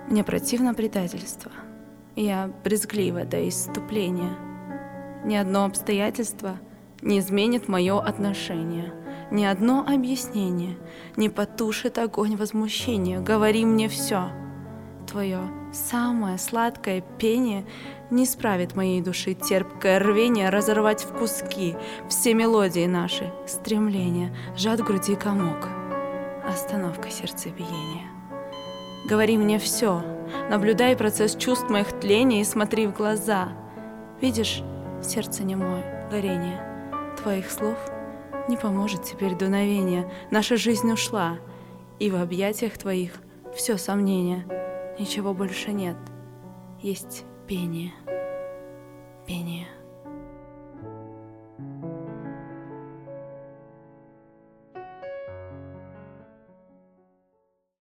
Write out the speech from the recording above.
Мне противно предательство. Я брезглива до исступления. Ни одно обстоятельство не изменит мое отношение. Ни одно объяснение не потушит огонь возмущения. Говори мне все. Твое самое сладкое пение не справит моей души терпкое рвение разорвать в куски все мелодии наши, стремления, сжат в груди комок, остановка сердцебиения. Говори мне все, наблюдай процесс чувств моих тления и смотри в глаза. Видишь, сердце немое, горение твоих слов не поможет теперь дуновение. Наша жизнь ушла, и в объятиях твоих все сомнение. Ничего больше нет, есть пение, пение.